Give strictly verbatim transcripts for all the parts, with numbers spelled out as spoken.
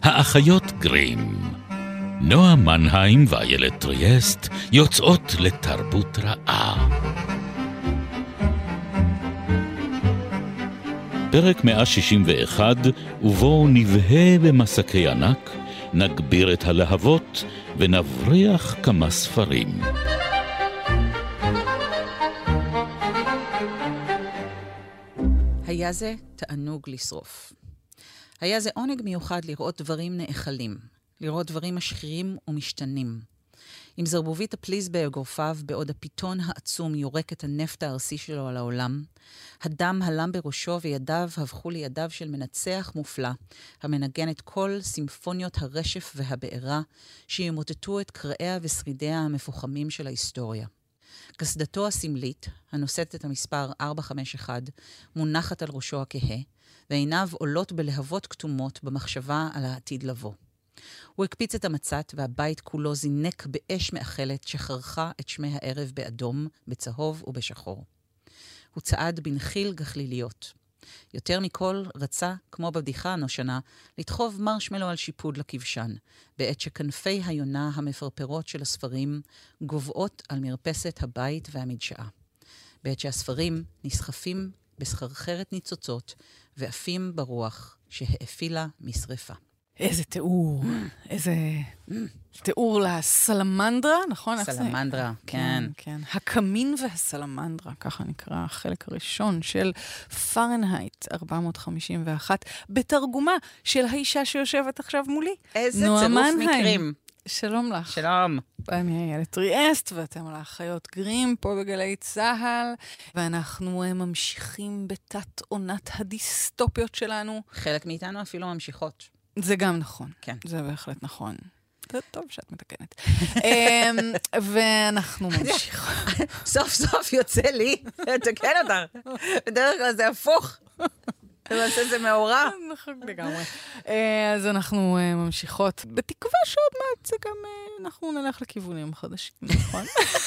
האחיות גרים. נועה מנהיים ואיילת טריאסט יוצאות לתרבות רעה. פרק מאה שישים ואחת, ובו נבהה במסקי ענק, נגביר את הלהבות ונבריח כמה ספרים. היה זה תענוג לשרוף. היה זה עונג מיוחד לראות דברים נאכלים, לראות דברים משחירים ומשתנים. עם זרבובית הפליז באגרופיו, בעוד הפיתון העצום יורק את הנפט הארסי שלו על העולם, הדם הלם בראשו וידיו הפכו לידיו של מנצח מופלא, המנגן את כל סימפוניות הרשף והבעירה, שימוטטו את קראיה ושרידיה המפוחמים של ההיסטוריה. קסדתו הסמלית, הנושאת את המספר ארבע חמש אחת, מונחת על ראשו הכהה, ועיניו עולות בלהבות כתומות במחשבה על העתיד לבוא. הוא הקפיץ את המצת והבית כולו זינק באש מאכלת שחרכה את שמי הערב באדום, בצהוב ובשחור. הוא צעד בנחיל גחליליות. יותר מכל רצה, כמו בבדיחה הנושנה, לדחוב מרשמלו על שיפוד לכבשן, בעת שכנפי היונה המפרפרות של הספרים גובעות על מרפסת הבית והמדשאה. בעת שהספרים נסחפים בסחרחרת ניצוצות ועפים ברוח שהאפילה משרפה. איזה תיאור, איזה תיאור לסלמנדרה, נכון? סלמנדרה, כן. כן. הקמין והסלמנדרה, ככה נקרא החלק הראשון של פרנהייט ארבע מאות חמישים ואחת, בתרגומה של האישה שיושבת עכשיו מולי. איזה צירוף מקרים. שלום לך. שלום. אני איילת טריאסט, ואתם על האחיות גרים פה בגלי צהל, ואנחנו ממשיכים בתת עונת הדיסטופיות שלנו. חלק מאיתנו אפילו ממשיכות. זה גם נכון. כן. זה בהחלט נכון. זה טוב שאת מתקנת. ואנחנו ממשיכות. סוף סוף יוצא לי, תקן אותך. בדרך כלל זה הפוך. למעשה זה מאורע. נכון לגמרי. אז אנחנו ממשיכות, בתקווה שעוד מעט זה גם, אנחנו נלך לכיוונים חדשים, נכון?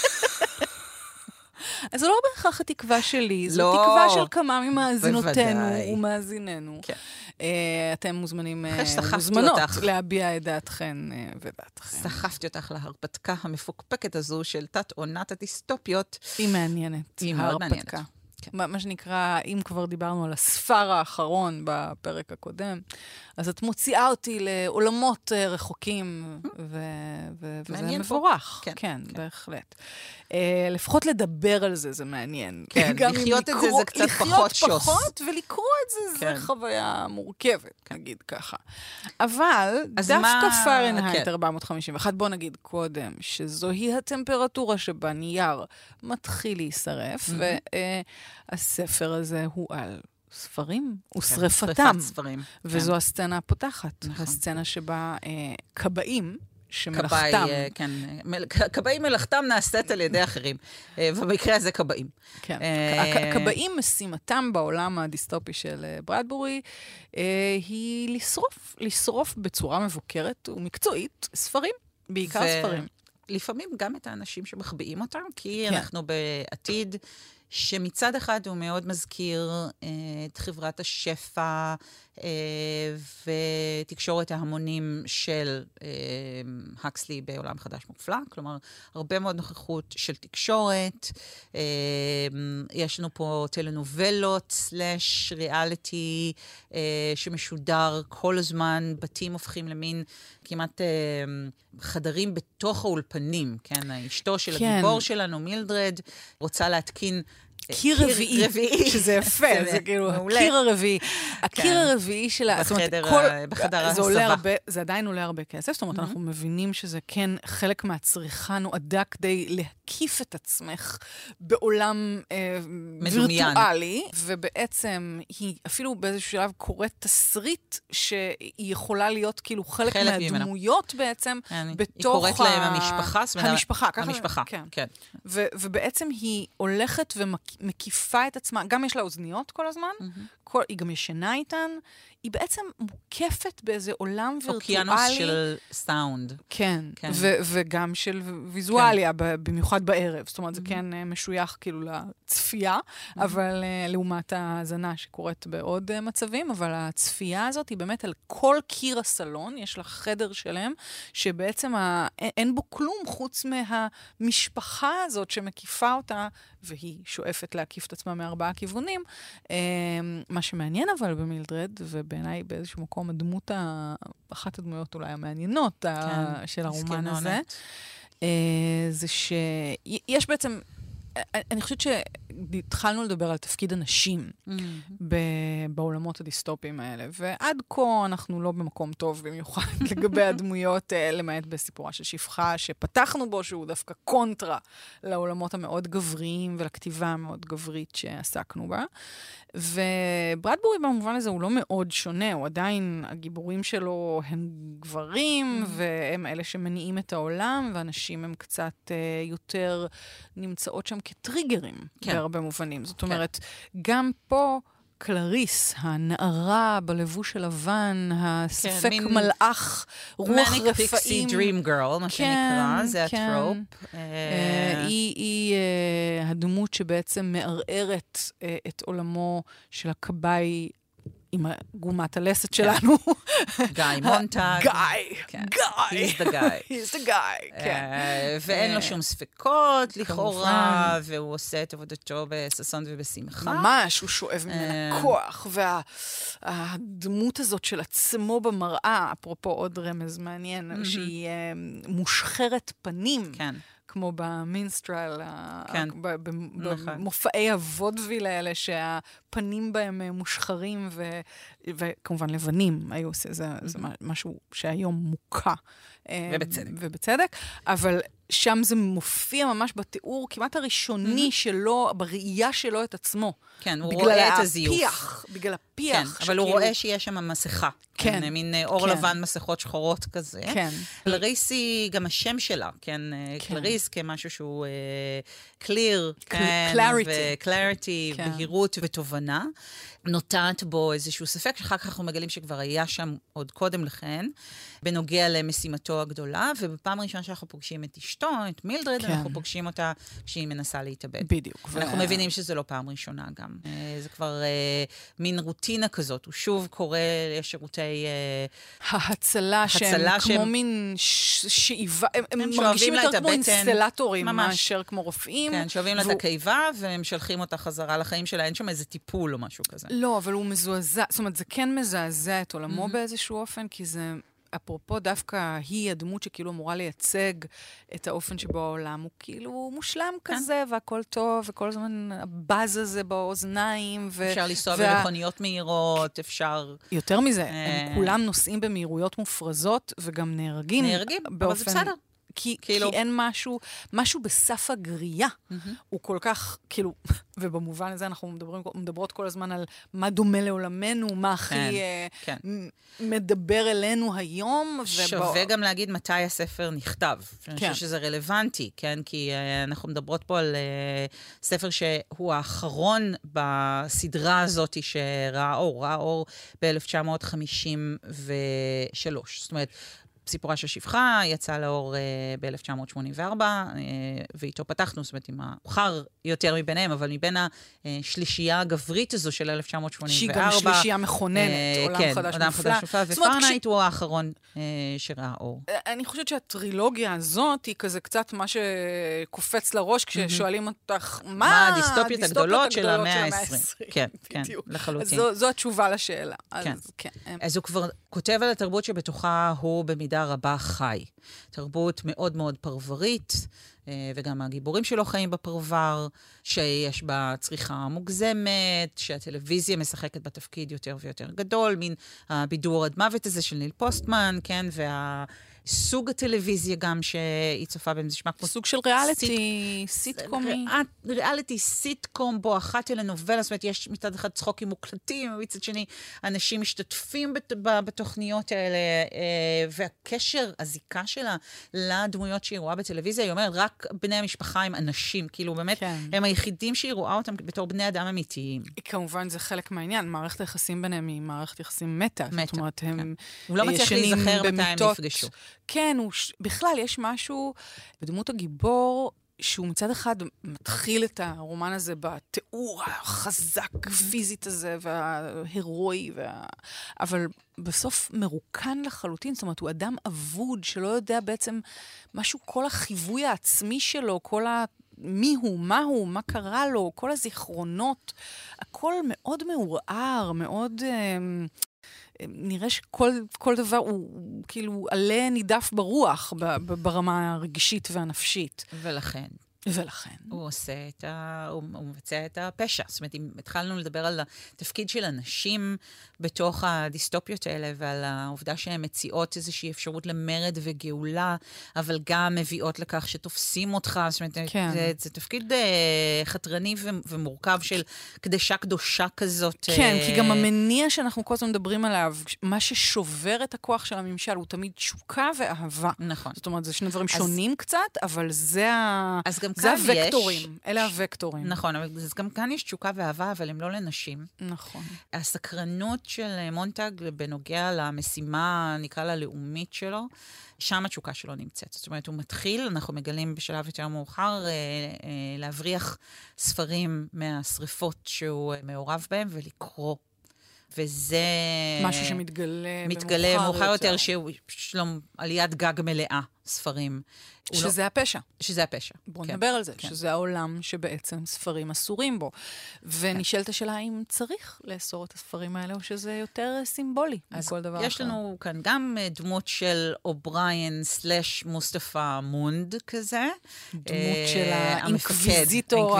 אז זו לא בהכרח התקווה שלי, זו לא. תקווה של כמה ממאזינותינו בוודאי. ומאזיננו. כן. Uh, אתם מוזמנים, שסחפתי מוזמנות אותך. להביע את דעתכן uh, ודעתכן. סחפתי אותך להרפתקה המפוקפקת הזו של תת עונת הדיסטופיות. היא מעניינת. היא מאוד מעניינת. כן. מה, מה שנקרא, אם כבר דיברנו על הספר האחרון בפרק הקודם, אז את מוציאה אותי לעולמות uh, רחוקים, ו- ו- וזה מבורך. כן, כן, כן. בהחלט. Uh, לפחות לדבר על זה, זה מעניין. כן, לחיות את זה זה קצת פחות שוס. לחיות פחות ולקרוא את זה, כן. זה חוויה מורכבת, נגיד ככה. אבל דווקא מה- פרנהייט כן. ארבע מאות חמישים ואחת, בוא נגיד קודם, שזוהי הטמפרטורה שבה נייר מתחיל להישרף, והספר הזה הוא על ספרים ושרפתם. שריפת ספרים. וזו הסצנה הפותחת, נכון. הסצנה שבה אה, קבעים, כבאי, שמלאכתם, אה, כן. מל- כבאי מלאכתם נעשית על ידי אחרים. אה, ובמקרה הזה כבאים. כן. אה, הכ- כבאים משימתם בעולם הדיסטופי של אה, ברדבורי, אה, היא לשרוף, לשרוף בצורה מבוקרת ומקצועית ספרים, בעיקר ו- ספרים. לפעמים גם את האנשים שמחביאים אותם, כי כן. אנחנו בעתיד שמצד אחד הוא מאוד מזכיר אה, את חברת השפע אה, ותקשורת ההמונים של אה, הקסלי בעולם חדש מופלא, כלומר, הרבה מאוד נוכחות של תקשורת, אה, יש לנו פה טלנובלות, סלש ריאליטי, אה, שמשודר כל הזמן, בתים הופכים למין כמעט אה, חדרים בתוך האולפנים, כן? אשתו של כן. הגיבור שלנו, מילדרד, רוצה להתקין קיר רביעי, רביעי. שזה יפה, זה כאילו מעולה. הקיר הרביעי. הקיר הרביעי שלה, זאת אומרת, בחדר כל- ה- בחדר זה עולה ההסבה. הרבה, זה עדיין עולה הרבה כסף, זאת אומרת, אנחנו מבינים שזה כן חלק מהצריכה נועדה כדי להקיף את עצמך בעולם אה, מדומיין. וירטואלי, ובעצם היא אפילו באיזשהו שלב קוראת תסריט שהיא יכולה להיות כאילו חלק חלק ממנה. מהדמויות בעצם, כן, היא בתוך קוראת ה- להם המשפחה, זאת אומרת, המשפחה, ככה- המשפחה, כן. כן. ו- ובעצם היא הולכת מקיפה את עצמה, גם יש לה אוזניות כל הזמן, Mm-hmm. כל, היא גם ישנה איתן, היא בעצם מוקפת באיזה עולם וירטואלי. אוקיינוס של סאונד. כן, כן. ו- וגם של ויזואליה, כן. במיוחד בערב. זאת אומרת, mm-hmm. זה כן משוייך כאילו לצפייה, mm-hmm. אבל uh, לעומת ההזנה שקורית בעוד uh, מצבים, אבל הצפייה הזאת היא באמת על כל קיר הסלון, יש לה חדר שלם, שבעצם ה- אין בו כלום חוץ מהמשפחה הזאת שמקיפה אותה, והיא שואפת להקיף את עצמה מארבעה כיוונים. Uh, מה שמעניין אבל במילדרד, ובעיניי באיזשהו מקום הדמות, ה... אחת הדמויות אולי המעניינות כן, ה... של הרומן הזה, uh, זה שיש בעצם, אני חושבת שהתחלנו לדבר על תפקיד הנשים mm-hmm. בעולמות הדיסטופיים האלה, ועד כה אנחנו לא במקום טוב במיוחד לגבי הדמויות, למעט בסיפורה של שפחה שפתחנו בו, שהוא דווקא קונטרה לעולמות המאוד גבריים ולכתיבה המאוד גברית שעסקנו בה. וברדבורי במובן הזה הוא לא מאוד שונה, הוא עדיין, הגיבורים שלו הם גברים, mm-hmm. והם אלה שמניעים את העולם, ואנשים הם קצת uh, יותר נמצאות שם כטריגרים, כן. בהרבה מובנים. זאת אומרת, כן. גם פה קלריס, הנערה בלבוש הלבן, הספק כן, מלאך, רוח רפאים. מניק פיקסי דרים גרל, מה שנקרא, זה כן. הטרופ. Uh, היא, היא uh, הדמות שבעצם מערערת uh, את עולמו של הקבאי, עם גומת הלסת שלנו. גיא מונטאג. גיא, גיא. He's the guy. He's the guy, כן. ואין לו שום ספקות, לכאורה, והוא עושה את עבודתו בססון ובשמחה. ממש, הוא שואב ממנה כוח, והדמות הזאת של עצמו במראה, אפרופו עוד רמז מעניין, שהיא מושחרת פנים. כן. כמו במינסטרל, כן. במופעי הוודוויל האלה, שהפנים בהם מושחרים, ו, וכמובן לבנים היו, זה, זה משהו שהיום מוקע. ובצדק. ובצדק, אבל שם זה מופיע ממש בתיאור כמעט הראשוני mm-hmm. שלו, בראייה שלו את עצמו. כן, הוא רואה את הזיוף. הפיח, בגלל הפיח. כן, אבל שכאילו... הוא רואה שיש שם מסכה. כן. כן מין אור כן. לבן, מסכות שחורות כזה. כן. קלריס היא גם השם שלה, כן? כן. קלריס כמשהו שהוא קליר. Uh, כן. וקלריטי, כן. בהירות ותובנה. נוטעת בו איזשהו ספק, שאחר כך אנחנו מגלים שכבר היה שם עוד קודם לכן, בנוגע למשימתו הגדולה, ובפעם הראשונה שאנחנו פוגשים את אשתו, את מילדרד, כן. אנחנו פוגשים אותה כשהיא מנסה להתאבד. בדיוק. אנחנו ו... מבינים שזה לא פעם ראשונה גם. זה כבר uh, מין רוטינה כזאת. הוא שוב קורא לשירותי... Uh, ההצלה שהם כמו שהם... מין ש... שאיבה, הם, הם מרגישים יותר כמו אינסטלטורים, מאשר כמו רופאים. כן, שאוהבים לה את הקיבה, והם שלחים אותה חזרה לחיים שלה, אין שם איזה טיפול או משהו כזה. לא, אבל הוא מזועזע, זאת אומרת, זה כן מזעזע את עולמו mm-hmm. באיזשהו אופן, כי זה, אפרופו דווקא היא הדמות שכאילו אמורה לייצג את האופן שבו העולם הוא כאילו מושלם כן. כזה, והכל טוב, וכל הזמן הבאז הזה באוזניים. ו... אפשר לנסוע וה... במכוניות מהירות, אפשר... יותר מזה, הם כולם נוסעים במהירויות מופרזות, וגם נהרגים. נהרגים, באופן... אבל זה בסדר. כי, כאילו... כי אין משהו, משהו בסף הגרייה. Mm-hmm. הוא כל כך, כאילו, ובמובן הזה אנחנו מדברים, מדברות כל הזמן על מה דומה לעולמנו, מה הכי כן, uh, כן. מדבר אלינו היום. שווה ובא... גם להגיד מתי הספר נכתב. כן. אני חושב שזה רלוונטי, כן? כי uh, אנחנו מדברות פה על uh, ספר שהוא האחרון בסדרה הזאת שראה אור, ראה אור ב-אלף תשע מאות חמישים ושלוש. זאת אומרת, סיפורה של שפחה יצא לאור uh, ב-אלף תשע מאות שמונים וארבע, uh, ואיתו פתחנו, זאת אומרת, עם המאוחר יותר מביניהם, אבל מבין השלישייה הגברית הזו של אלף תשע מאות שמונים וארבע. שהיא גם שלישייה מכוננת, uh, עולם כן, חדש עולם מופלא. חדש מופלא, ופרנייט כש... הוא האחרון uh, שראה אור. אני חושבת שהטרילוגיה הזאת היא כזה קצת מה שקופץ לראש, כששואלים אותך, מה, מה הדיסטופיות הגדולות של המאה ה-עשרים. כן, כן, לחלוטין. זו, זו התשובה לשאלה. כן. אז, כן. אז הוא כבר כותב על התרבות שבתוכה הוא במידה רבה חי. תרבות מאוד מאוד פרברית, וגם הגיבורים שלו חיים בפרבר, שיש בה צריכה מוגזמת, שהטלוויזיה משחקת בתפקיד יותר ויותר גדול, מין הבידור עד מוות הזה של ניל פוסטמן, כן, וה... סוג הטלוויזיה גם שהיא צופה בהם, זה שמה כמו... סוג של ריאליטי, סיטקומי. ריאליטי, סיטקום, בו אחת טלנובלה, זאת אומרת, יש מצד אחד צחוקים מוקלטים, מצד שני, אנשים משתתפים בתוכניות האלה, והקשר, הזיקה שלה לדמויות שהיא רואה בטלוויזיה, היא אומרת, רק רק בני המשפחה הם אנשים, כאילו באמת, כן. הם היחידים שהיא רואה אותם בתור בני אדם אמיתיים. כמובן זה חלק מהעניין, מערכת היחסים ביניהם היא מערכת יחסים מתה. מתה, זאת אומרת, הם כן. הוא לא מצליח להיזכר מתי הם נפגשו. כן, הוא, בכלל יש משהו בדמות הגיבור, שהוא מצד אחד מתחיל את הרומן הזה בתיאור החזק פיזית הזה וההירואי, וה... אבל בסוף מרוקן לחלוטין, זאת אומרת, הוא אדם אבוד שלא יודע בעצם משהו, כל החיווי העצמי שלו, כל ה... מי הוא, מה הוא, מה קרה לו, כל הזיכרונות, הכל מאוד מעורער, מאוד... נראה שכל כל דבר הוא כאילו עלה נידף ברוח ברמה הרגשית והנפשית. ולכן. ולכן. הוא עושה את ה... הוא, הוא מבצע את הפשע. זאת אומרת, אם התחלנו לדבר על התפקיד של אנשים בתוך הדיסטופיות האלה, ועל העובדה שהן מציעות איזושהי אפשרות למרד וגאולה, אבל גם מביאות לכך שתופסים אותך. זאת אומרת, כן. זה, זה תפקיד uh, חתרני ו- ומורכב של קדשה קדושה כזאת. כן, uh... כי גם המניע שאנחנו כל הזמן מדברים עליו, מה ששובר את הכוח של הממשל, הוא תמיד תשוקה ואהבה. נכון. זאת אומרת, זה שני דברים אז... שונים קצת, אבל זה ה... אז גם זה הוקטורים, יש... אלה הוקטורים. נכון, אבל גם כאן יש תשוקה ואהבה, אבל הם לא לנשים. נכון. הסקרנות של מונטג בנוגע למשימה, נקרא לה לאומית שלו, שם התשוקה שלו נמצאת. זאת אומרת, הוא מתחיל, אנחנו מגלים בשלב יותר מאוחר, אה, אה, להבריח ספרים מהשריפות שהוא מעורב בהם ולקרוא. וזה... משהו שמתגלה מתגלה מאוחר יותר, שיש לו עליית גג מלאה, ספרים. שזה לא... הפשע. שזה הפשע. בואו כן. נדבר על זה, כן. שזה העולם שבעצם ספרים אסורים בו. ונשאלת השאלה אם צריך לאסור את הספרים האלה, או שזה יותר סימבולי מכל דבר אחר. יש לנו כאן גם דמות של אובריין סלש מוסטפא מונד כזה. דמות של האינקוויזיטור,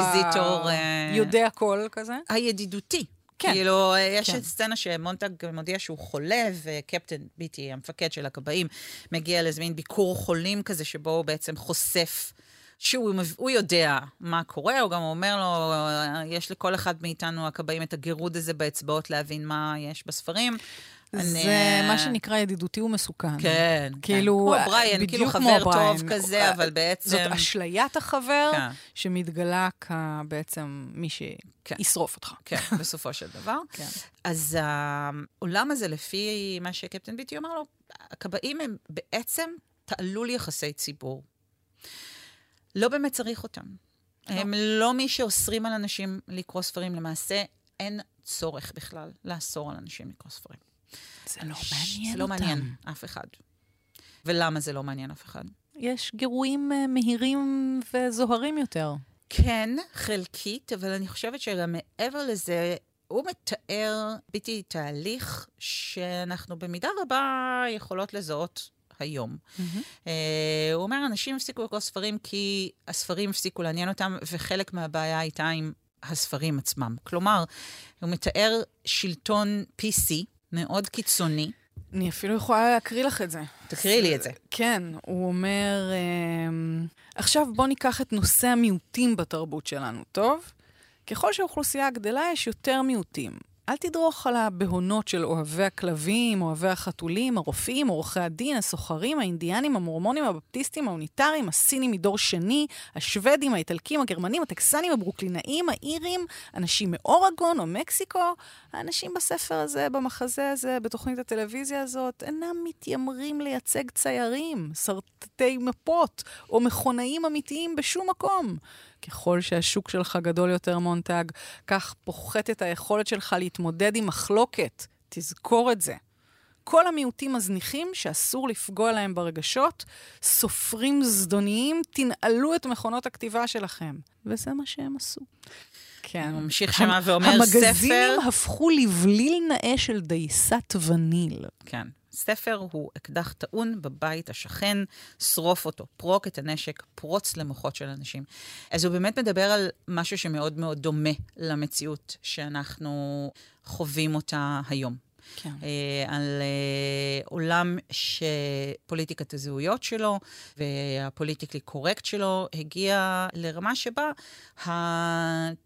יודע הכל כזה. הידידותי. כן. כאילו, יש כן. סצנה שמונטג מודיע שהוא חולה, וקפטן ביטי, המפקד של הכבאים, מגיע לזמין ביקור חולים כזה, שבו הוא בעצם חושף, שהוא הוא יודע מה קורה, הוא גם אומר לו, יש לכל אחד מאיתנו הכבאים את הגירוד הזה באצבעות להבין מה יש בספרים. זה אני... מה שנקרא ידידותי ומסוכן. כן. כאילו, כמו בריין, כאילו חבר טוב כזה, אבל בעצם... זאת אשליית החבר, כן. שמתגלה כבעצם מי שישרוף אותך. כן, בסופו של דבר. כן. אז העולם הזה, לפי מה שקפטן ביטי אומר לו, הכבאים הם בעצם תעלול יחסי ציבור. לא באמת צריך אותם. לא. הם לא מי שאוסרים על אנשים לקרוא ספרים. למעשה, אין צורך בכלל לאסור על אנשים לקרוא ספרים. זה לא מעניין זה לא מעניין אף אחד. ולמה זה לא מעניין אף אחד? יש גירויים מהירים וזוהרים יותר. כן, חלקית, אבל אני חושבת שגם מעבר לזה, הוא מתאר ביטי תהליך שאנחנו במידה רבה יכולות לזהות היום. Mm-hmm. Uh, הוא אומר, אנשים הפסיקו לקרוא ספרים כי הספרים הפסיקו לעניין אותם, וחלק מהבעיה הייתה עם הספרים עצמם. כלומר, הוא מתאר שלטון פי סי, מאוד קיצוני. אני אפילו יכולה להקריא לך את זה. תקריאי לי את זה. כן, הוא אומר, עכשיו בוא ניקח את נושא המיעוטים בתרבות שלנו, טוב? ככל שהאוכלוסייה גדלה, יש יותר מיעוטים. אל תדרוך על הבהונות של אוהבי הכלבים, אוהבי החתולים, הרופאים, עורכי הדין, הסוחרים, האינדיאנים, המורמונים, הבפטיסטים, האוניטרים, הסינים מדור שני, השוודים, האיטלקים, הגרמנים, הטקסנים, הברוקלינאים, האירים, אנשים מאורגון או מקסיקו. האנשים בספר הזה, במחזה הזה, בתוכנית הטלוויזיה הזאת, אינם מתיימרים לייצג ציירים, סרטטי מפות או מכונאים אמיתיים בשום מקום. ככל שהשוק שלך גדול יותר, מונטג, כך פוחתת היכולת שלך להתמודד עם מחלוקת. תזכור את זה. כל המיעוטים מזניחים שאסור לפגוע להם ברגשות, סופרים זדוניים, תנעלו את מכונות הכתיבה שלכם. וזה מה שהם עשו. כן. הוא ממשיך שמה ואומר ספר... המגזינים הפכו לבליל נאה של דייסת וניל. כן. ספר הוא אקדח טעון בבית השכן, שרוף אותו, פרוק את הנשק, פרוץ למוחות של אנשים. אז הוא באמת מדבר על משהו שמאוד מאוד דומה למציאות שאנחנו חווים אותה היום. כן. על עולם שפוליטיקת הזהויות שלו והפוליטיקלי קורקט שלו הגיע לרמה שבה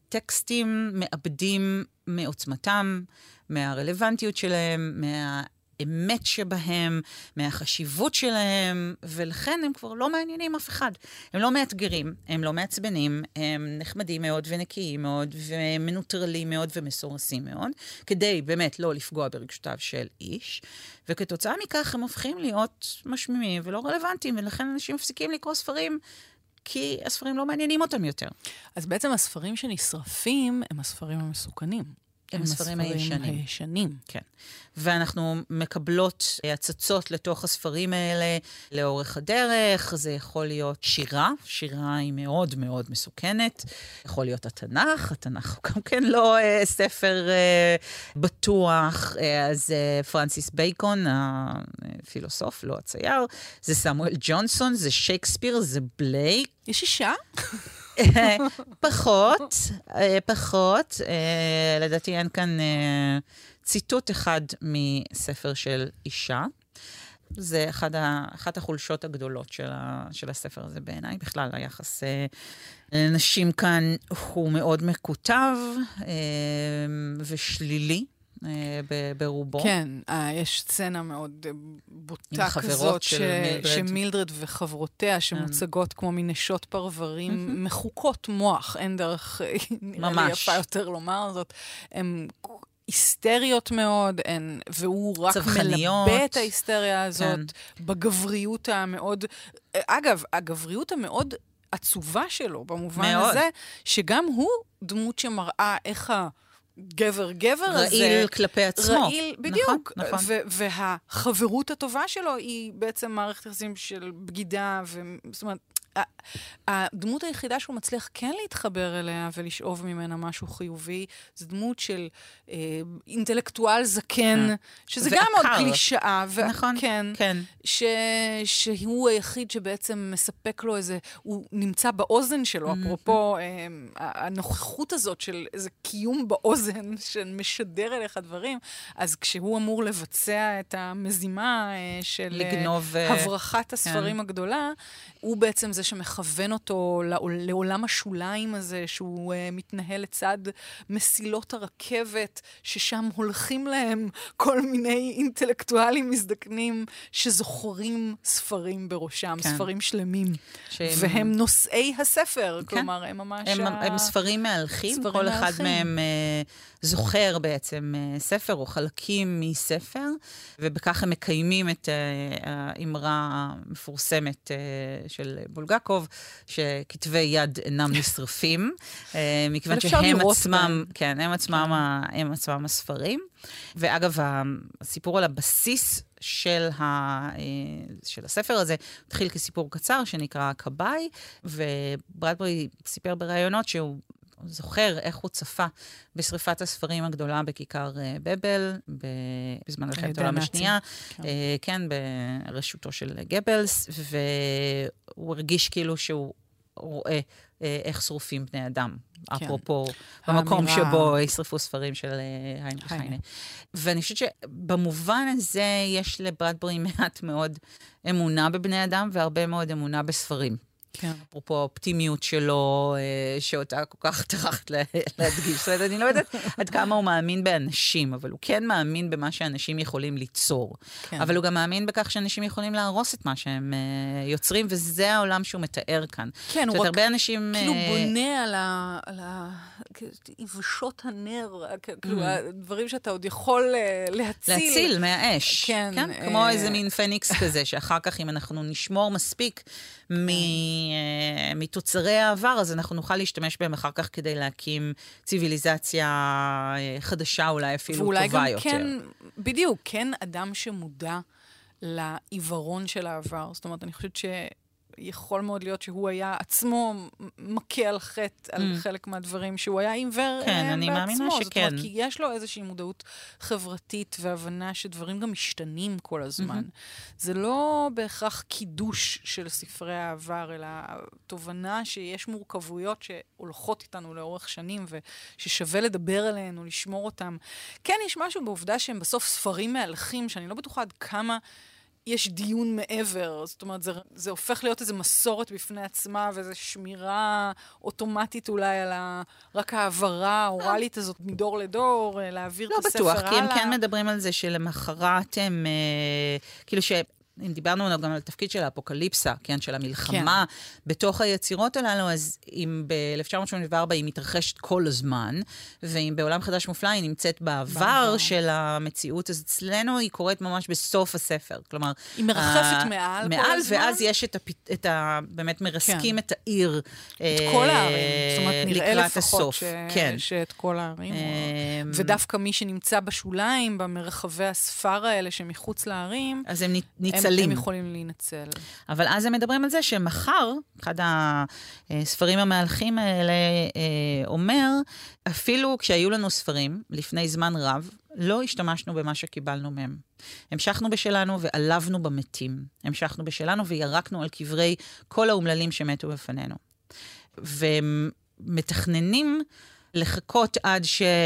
הטקסטים מאבדים מעוצמתם, מהרלוונטיות שלהם, מה... מהאמת שבהם, מהחשיבות שלהם, ולכן הם כבר לא מעניינים אף אחד. הם לא מאתגרים, הם לא מעצבנים, הם נחמדים מאוד ונקיים מאוד, ומנוטרלים מאוד ומסורסים מאוד, כדי באמת לא לפגוע ברגשותיו של איש, וכתוצאה מכך הם הופכים להיות משמימים ולא רלוונטיים, ולכן אנשים מפסיקים לקרוא ספרים, כי הספרים לא מעניינים אותם יותר. אז בעצם הספרים שנשרפים הם הספרים המסוכנים. הם הספרים הישנים. הישנים. כן. ואנחנו מקבלות הצצות לתוך הספרים האלה לאורך הדרך. זה יכול להיות שירה, שירה היא מאוד מאוד מסוכנת. יכול להיות התנ"ך, התנ"ך הוא גם כן לא אה, ספר אה, בטוח. אה, אז אה, פרנסיס בייקון, הפילוסוף, לא הצייר. זה סמואל ג'ונסון, זה שייקספיר, זה בלייק. יש אישה? פחות, פחות. לדעתי אין כאן ציטוט אחד מספר של אישה. זה אחת החולשות הגדולות של הספר הזה בעיניי. בכלל, היחס לנשים כאן הוא מאוד מקוטב ושלילי. ברובו. כן, יש סצנה מאוד בוטה כזאת, שמילדרד וחברותיה, שמוצגות כמו מנשות פרברים, מחוקות מוח, אין דרך, נראה לי יפה יותר לומר זאת, הן היסטריות מאוד, והוא רק מלבה את ההיסטריה הזאת, בגבריות המאוד, אגב, הגבריות המאוד עצובה שלו, במובן הזה, שגם הוא דמות שמראה איך ה... גבר גבר הזה. רעיל כלפי עצמו. רעיל, בדיוק. נכון, נכון. והחברות הטובה שלו היא בעצם מערכת יחסים של בגידה, זאת אומרת, הדמות היחידה שהוא מצליח כן להתחבר אליה ולשאוב ממנה משהו חיובי, זו דמות של אה, אינטלקטואל זקן, שזה גם עוד קלישאה. נכון, כן. כן. ש, שהוא היחיד שבעצם מספק לו איזה, הוא נמצא באוזן שלו, אפרופו, אה, הנוכחות הזאת של איזה קיום באוזן שמשדר אליך דברים, אז כשהוא אמור לבצע את המזימה אה, של לגנוב, הברחת הספרים כן. הגדולה, הוא בעצם זה שמכוון אותו לעולם השוליים הזה, שהוא uh, מתנהל לצד מסילות הרכבת, ששם הולכים להם כל מיני אינטלקטואלים מזדקנים, שזוכרים ספרים בראשם, כן. ספרים שלמים. שהם... והם נושאי הספר, כן. כלומר, הם ממש... הם, ה... הם ספרים מהלכים, ספרים כל מהלכים. אחד מהם uh, זוכר בעצם uh, ספר או חלקים מספר, ובכך הם מקיימים את uh, האמרה המפורסמת uh, של בולגקוב, שכתבי יד אינם נשרפים, מכיוון שהם עצמם, כן, הם עצמם, הם עצמם הספרים. ואגב, הסיפור על הבסיס של, ה, של הספר הזה התחיל כסיפור קצר שנקרא קבאי, וברדברי סיפר ברעיונות שהוא זוכר איך הוא צפה בשריפת הספרים הגדולה בכיכר בבל, בזמן מלחמת העולם השנייה, כן, ברשותו של גבלס, והוא הרגיש כאילו שהוא רואה איך שרופים בני אדם, אפרופו במקום שבו ישרפו ספרים של היינריך היינה. ואני חושבת שבמובן הזה יש לברדברי מעט מאוד אמונה בבני אדם, והרבה מאוד אמונה בספרים. כן. אפרופו האופטימיות שלו, שאותה כל כך טרחת להדגיש. זאת אומרת, אני לא יודעת עד כמה הוא מאמין באנשים, אבל הוא כן מאמין במה שאנשים יכולים ליצור. כן. אבל הוא גם מאמין בכך שאנשים יכולים להרוס את מה שהם יוצרים, וזה העולם שהוא מתאר כאן. כן, הוא רק הרבה אנשים, כאילו בונה על היבשות הנר, כאילו הדברים שאתה עוד יכול להציל. להציל מהאש. כן. כמו איזה מין פניקס כזה, שאחר כך אם אנחנו נשמור מספיק מתוצרי העבר, אז אנחנו נוכל להשתמש בהם אחר כך כדי להקים ציוויליזציה חדשה, אולי אפילו טובה יותר. ואולי גם כן, בדיוק, כן אדם שמודע לעיוורון של העבר. זאת אומרת, אני חושבת שיכול מאוד להיות שהוא היה עצמו מכה על חטא על חלק מהדברים, שהוא היה עיוור בעצמו. כן, אני מאמינה שכן. זאת אומרת, כי יש לו איזושהי מודעות חברתית והבנה שדברים גם משתנים כל הזמן. זה לא בהכרח קידוש של ספרי העבר, אלא תובנה שיש מורכבויות שהולכות איתנו לאורך שנים, וששווה לדבר עליהן לשמור אותם. כן, יש משהו בעובדה שהם בסוף ספרים מהלכים, שאני לא בטוחה עד כמה יש דיון מעבר, זאת אומרת, זה, זה הופך להיות איזו מסורת בפני עצמה, ואיזו שמירה אוטומטית אולי על ה, רק העברה האורלית הזאת מדור לדור, להעביר לא את הספר הלאה. לא בטוח, כי הם כן מדברים על זה שלמחרת הם, אה, כאילו ש... אם דיברנו גם על התפקיד של האפוקליפסה, כן, של המלחמה, כן. בתוך היצירות הללו, אז אם ב-אלף תשע מאות שמונים וארבע היא מתרחשת כל הזמן, ואם בעולם חדש מופלא היא נמצאת בעבר, בעבר. של המציאות, אז אצלנו היא קורית ממש בסוף הספר. כלומר, היא מרחפת מעל, מעל, ואז יש את, הפ... את ה... באמת מרסקים כן. את העיר. את אה... כל הערים. זאת אומרת, נראה לפחות ש... כן. שאת כל הערים. אה... או... ודווקא מי שנמצא בשוליים, במרחבי הספר האלה שמחוץ לערים, אז הם ניצלים. הם יכולים להינצל. אבל אז הם מדברים על זה שמחר, אחד הספרים המהלכים האלה אומר, אפילו כשהיו לנו ספרים, לפני זמן רב, לא השתמשנו במה שקיבלנו מהם. המשכנו בשלנו ועלבנו במתים. המשכנו בשלנו וירקנו על קברי כל האומללים שמתו בפנינו. ומתכננים לחכות עד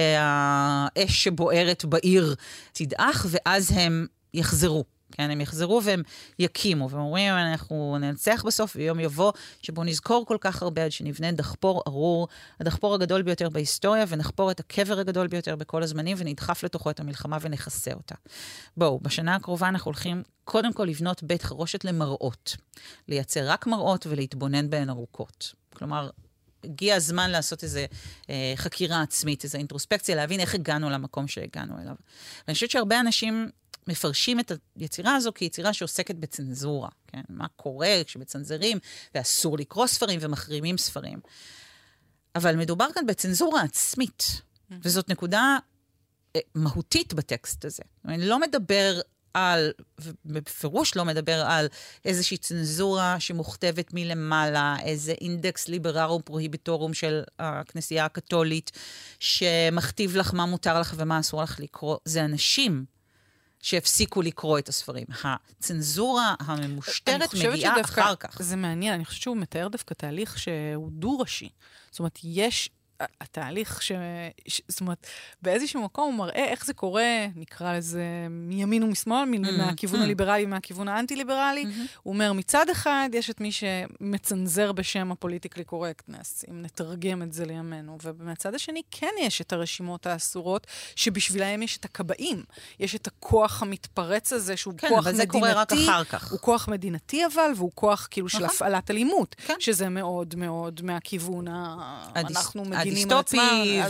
שהאש שבוערת בעיר תדעך, ואז הם יחזרו. כן, הם יחזרו והם יקימו, והם אומרים, אנחנו ננצח בסוף, ויום יבוא, שבו נזכור כל כך הרבה עד שנבנה דחפור ארור, הדחפור הגדול ביותר בהיסטוריה, ונחפור את הקבר הגדול ביותר בכל הזמנים, ונדחף לתוכו את המלחמה ונחסה אותה. בואו, בשנה הקרובה אנחנו הולכים קודם כל לבנות בית חרושת למראות, לייצר רק מראות ולהתבונן בהן ארוכות. כלומר, הגיע הזמן לעשות איזו אה, חקירה עצמית, איזו אינטרוספקציה, להבין איך הגענו למקום שהגענו אליו. ואני חושבת שהרבה אנשים מפרשים את היצירה הזו כיצירה שעוסקת בצנזורה, כן? מה קורה כשבצנזרים, ואסור לקרוא ספרים ומחרימים ספרים. אבל מדובר כאן בצנזורה עצמית, mm-hmm. וזאת נקודה אה, מהותית בטקסט הזה. אני לא מדבר על, ובפירוש לא מדבר על איזושהי צנזורה שמוכתבת מלמעלה, איזה אינדקס ליבררום פרוהיביטורום של הכנסייה הקתולית, שמכתיב לך מה מותר לך ומה אסור לך לקרוא. זה אנשים שהפסיקו לקרוא את הספרים. הצנזורה הממושטרת מגיעה אחר כך. זה מעניין, אני חושבת שהוא מתאר דווקא תהליך שהוא דו-ראשי. זאת אומרת, יש התהליך ש... זאת אומרת, באיזשהו מקום הוא מראה איך זה קורה, נקרא לזה מימין ומשמאל, מהכיוון הליברלי ומהכיוון האנטי-ליברלי. הוא אומר, מצד אחד יש את מי שמצנזר בשם הפוליטיקלי קורקטנס, אם נתרגם את זה לימינו, ובמצד השני כן יש את הרשימות האסורות, שבשבילהם יש את הקבעים. יש את הכוח המתפרץ הזה, שהוא כוח מדינתי. כן, אבל זה קורה רק אחר כך. הוא כוח מדינתי אבל, והוא כוח כאילו של הפעלת אלימות, שזה מאוד מאוד מהכיוון אנחנו מגיעים הדיסטופי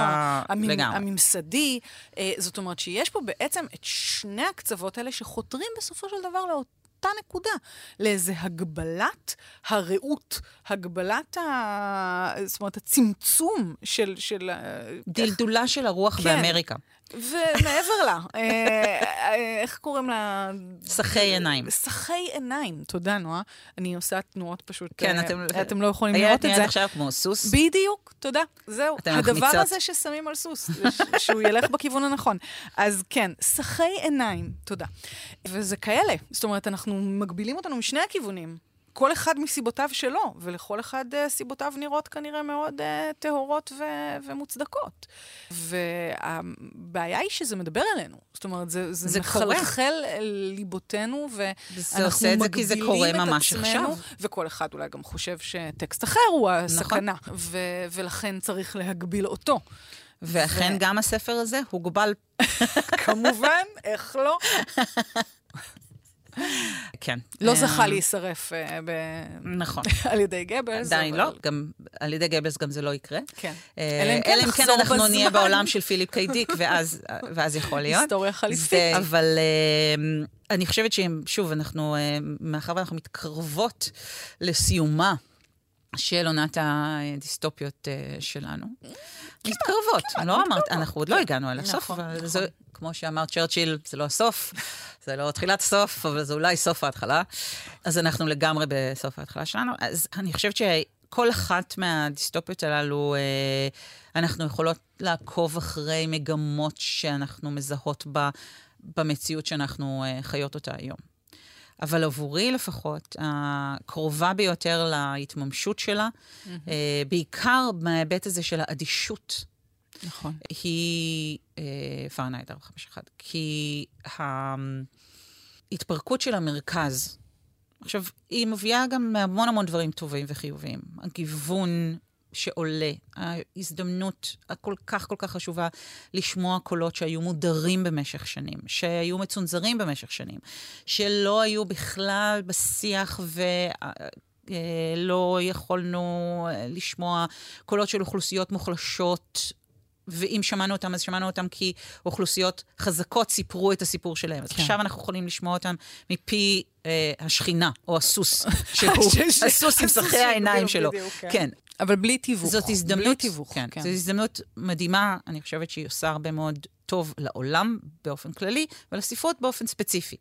והממסדי. זאת אומרת שיש פה בעצם את שני הקצוות האלה שחותרים בסופו של דבר לאותה נקודה, לאיזה הגבלת הרעות, הגבלת ה... זאת אומרת, הצמצום של... של דלדולה של הרוח כן. באמריקה. ומעבר לה, איך קוראים לה? שחי עיניים. שחי עיניים, תודה נועה. אני עושה תנועות פשוט. כן, אתם, אתם לא יכולים לראות את זה. היה נראה עכשיו כמו סוס. בדיוק, תודה. זהו. הדבר הזה ששמים על סוס, שהוא ילך בכיוון הנכון. אז כן, שחי עיניים, תודה. וזה כאלה. זאת אומרת, אנחנו מגבילים אותנו משני הכיוונים. כל אחד מסיבותיו שלו, ולכל אחד uh, סיבותיו נראות כנראה מאוד uh, טהורות ו- ומוצדקות. והבעיה היא שזה מדבר אלינו. זאת אומרת, זה, זה, זה מחלחל אל ליבותינו, ואנחנו מגבילים את עצמנו, וכל אחד אולי גם חושב שטקסט אחר הוא הסכנה, נכון. ו- ולכן צריך להגביל אותו. ואכן ו... גם הספר הזה הוגבל. כמובן, איך לא? כן. לא זכה להישרף נכון. על ידי גבלס. עדיין לא, גם על ידי גבלס גם זה לא יקרה. כן. אלא אם כן אנחנו נהיה בעולם של פיליפ קיי דיק, ואז יכול להיות. היסטוריה חליפית. אבל אני חושבת ששוב, אנחנו, מאחר ואנחנו מתקרבות לסיומה של עונת הדיסטופיות שלנו. מתקרבות, לא אמרת, אנחנו עוד לא הגענו אל הסוף, אבל זה, כמו שאמר צ'רצ'יל, זה לא הסוף, זה לא תחילת הסוף, אבל זה אולי סוף ההתחלה. אז אנחנו לגמרי בסוף ההתחלה שלנו. אז אני חושבת שכל אחת מהדיסטופיות הללו, אנחנו יכולות לעקוב אחרי מגמות שאנחנו מזהות בה, במציאות שאנחנו חיות אותה היום. אבל עבורי לפחות, הקרובה ביותר להתממשות שלה, mm-hmm. בעיקר מההיבט הזה של האדישות, נכון. היא פארנהייט ארבע חמש אחת, כי התפרקות של המרכז. עכשיו, היא מביאה גם המון המון דברים טובים וחיוביים. הגיוון שעולה, ההזדמנות הכל כך כל כך חשובה לשמוע קולות שהיו מודרים במשך שנים, שהיו מצונזרים במשך שנים, שלא היו בכלל בשיח ולא יכולנו לשמוע קולות של אוכלוסיות מוחלשות, ואם שמענו אותם, אז שמענו אותם כי אוכלוסיות חזקות סיפרו את הסיפור שלהם. אז עכשיו אנחנו יכולים לשמוע אותם מפי אה, השכינה, או הסוס, שהוא הסוס עם שחי העיניים שלו. כן. אבל בלי תיווך. זאת הזדמנות, כן, זאת הזדמנות מדהימה, אני חושבת שהיא עושה הרבה מאוד טוב לעולם באופן כללי, ולספרות באופן ספציפי.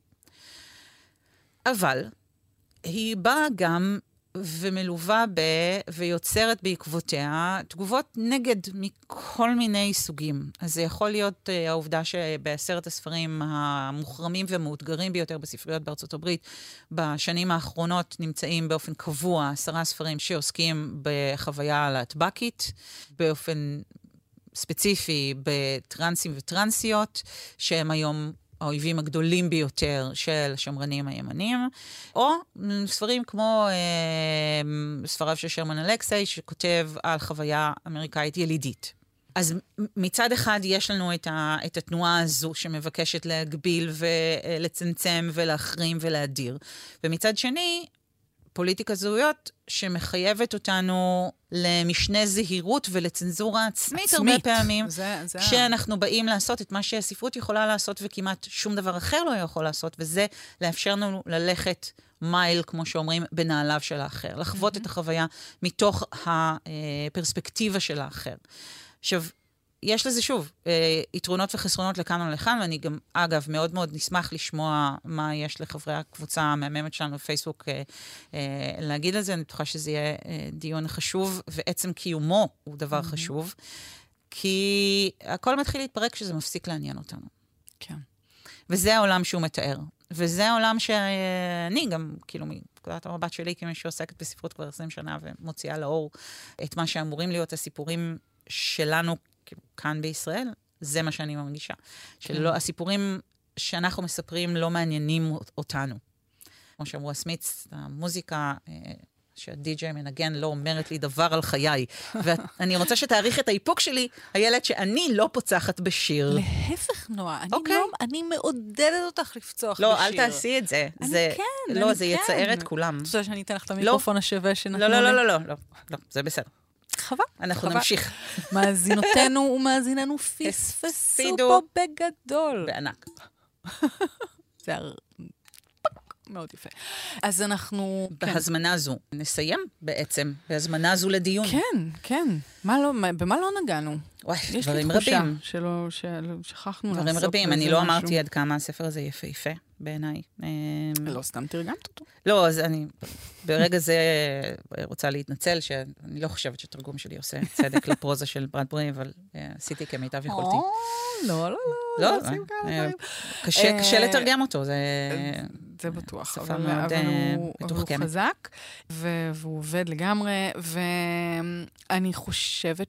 אבל היא באה גם ומלווה ב... ויוצרת בעקבותיה תגובות נגד מכל מיני סוגים. אז זה יכול להיות uh, העובדה שבעשרת הספרים המוחרמים ומאותגרים ביותר בספריות בארצות הברית, בשנים האחרונות נמצאים באופן קבוע עשרה ספרים שעוסקים בחוויה להטבקית, באופן ספציפי בטרנסים וטרנסיות, שהם היום האויבים הגדולים ביותר של שמרנים הימנים, או ספרים כמו אה, ספריו של שרמן אלכסי, שכותב על חוויה אמריקאית ילידית. אז מצד אחד יש לנו את, ה, את התנועה הזו שמבקשת להגביל ולצמצם ולהחרים ולהדיר. ומצד שני, פוליטיקה זהויות שמחייבת אותנו למשנה זהירות ולצנזורה עצמית, עצמית. הרבה פעמים, זה, זה כשאנחנו באים לעשות את מה שהספרות יכולה לעשות וכמעט שום דבר אחר לא יכול לעשות, וזה לאפשר לנו ללכת מייל, כמו שאומרים, בנעליו של האחר, לחוות mm-hmm. את החוויה מתוך הפרספקטיבה של האחר. עכשיו, יש לזה שוב, אה, יתרונות וחסרונות לכאן ולכאן, ואני גם, אגב, מאוד מאוד נשמח לשמוע מה יש לחברי הקבוצה המהממת שלנו בפייסבוק אה, אה, להגיד על זה. אני בטוחה שזה יהיה אה, דיון חשוב, ועצם קיומו הוא דבר mm-hmm. חשוב, כי הכל מתחיל להתפרק כשזה מפסיק לעניין אותנו. כן. וזה העולם שהוא מתאר. וזה העולם שאני גם, כאילו, מנקודת המבט שלי, כמי שעוסקת בספרות כבר עשרים שנה, ומוציאה לאור את מה שאמורים להיות הסיפורים שלנו, כאן בישראל, זה מה שאני מרגישה. שלא, הסיפורים שאנחנו מספרים לא מעניינים אותנו. כמו שאמרו הסמיץ, המוזיקה שהדי-ג'יי מנגן לא אומרת לי דבר על חיי. ואני רוצה שתאריך את האיפוק שלי, הילד שאני לא פוצחת בשיר. להפך, נועה, אני מעודדת אותך לפצוח בשיר. לא, אל תעשי את זה. אני כן, אני כן. לא, זה יצער את כולם. אתה יודע שאני אתן לך את המיקרופון השווה שנתנו לי? לא, לא, לא, לא, לא, זה בסדר. חווה. אנחנו נמשיך. מאזינותינו ומאזיננו פספסו פה בגדול. בענק. זה מאוד יפה. אז אנחנו... בהזמנה זו. נסיים בעצם, בהזמנה זו לדיון. כן, כן. במה לא נגענו? וואי, דברים רבים. יש לי תחושה שלא שכחנו לעשות. דברים רבים. אני לא אמרתי עד כמה הספר הזה יפה בעיניי. לא סתם תרגמת אותו. לא, אז אני ברגע זה רוצה להתנצל, שאני לא חושבת שתרגום שלי עושה צדק לפרוזה של ברדברי, אבל עשיתי כמיטב יכולתי. לא, לא, לא. קשה לתרגם אותו, זה... זה בטוח, שפה אבל, מאוד אבל הוא, מתוחכמת. הוא חזק, ו, והוא עובד לגמרי, ואני חושבת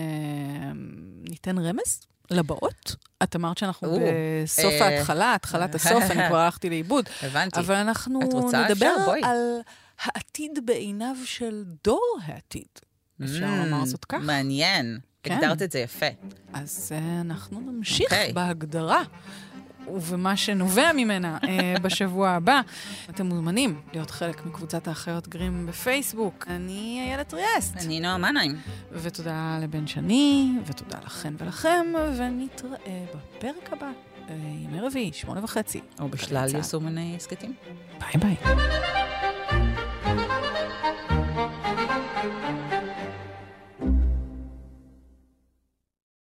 שניתן רמז לבאות. את אמרת שאנחנו בסוף ההתחלה, התחלת הסוף, אני כבר הלכתי לאיבוד. הבנתי. אבל אנחנו נדבר על העתיד בעיניו של דור העתיד. אפשר לומר זאת כך? מעניין. הגדרת את זה יפה. אז אנחנו נמשיך בהגדרה. ובמה שנובע ממנה אה, בשבוע הבא. אתם מוזמנים להיות חלק מקבוצת האחיות גרים בפייסבוק. אני איילת ריאסט. אני נועה מנהיים. ותודה לבן שני, ותודה לכן ולכם, ונתראה בפרק הבא, ימי רביעי, שמונה וחצי. או בשלל יישומני סקטים. ביי ביי.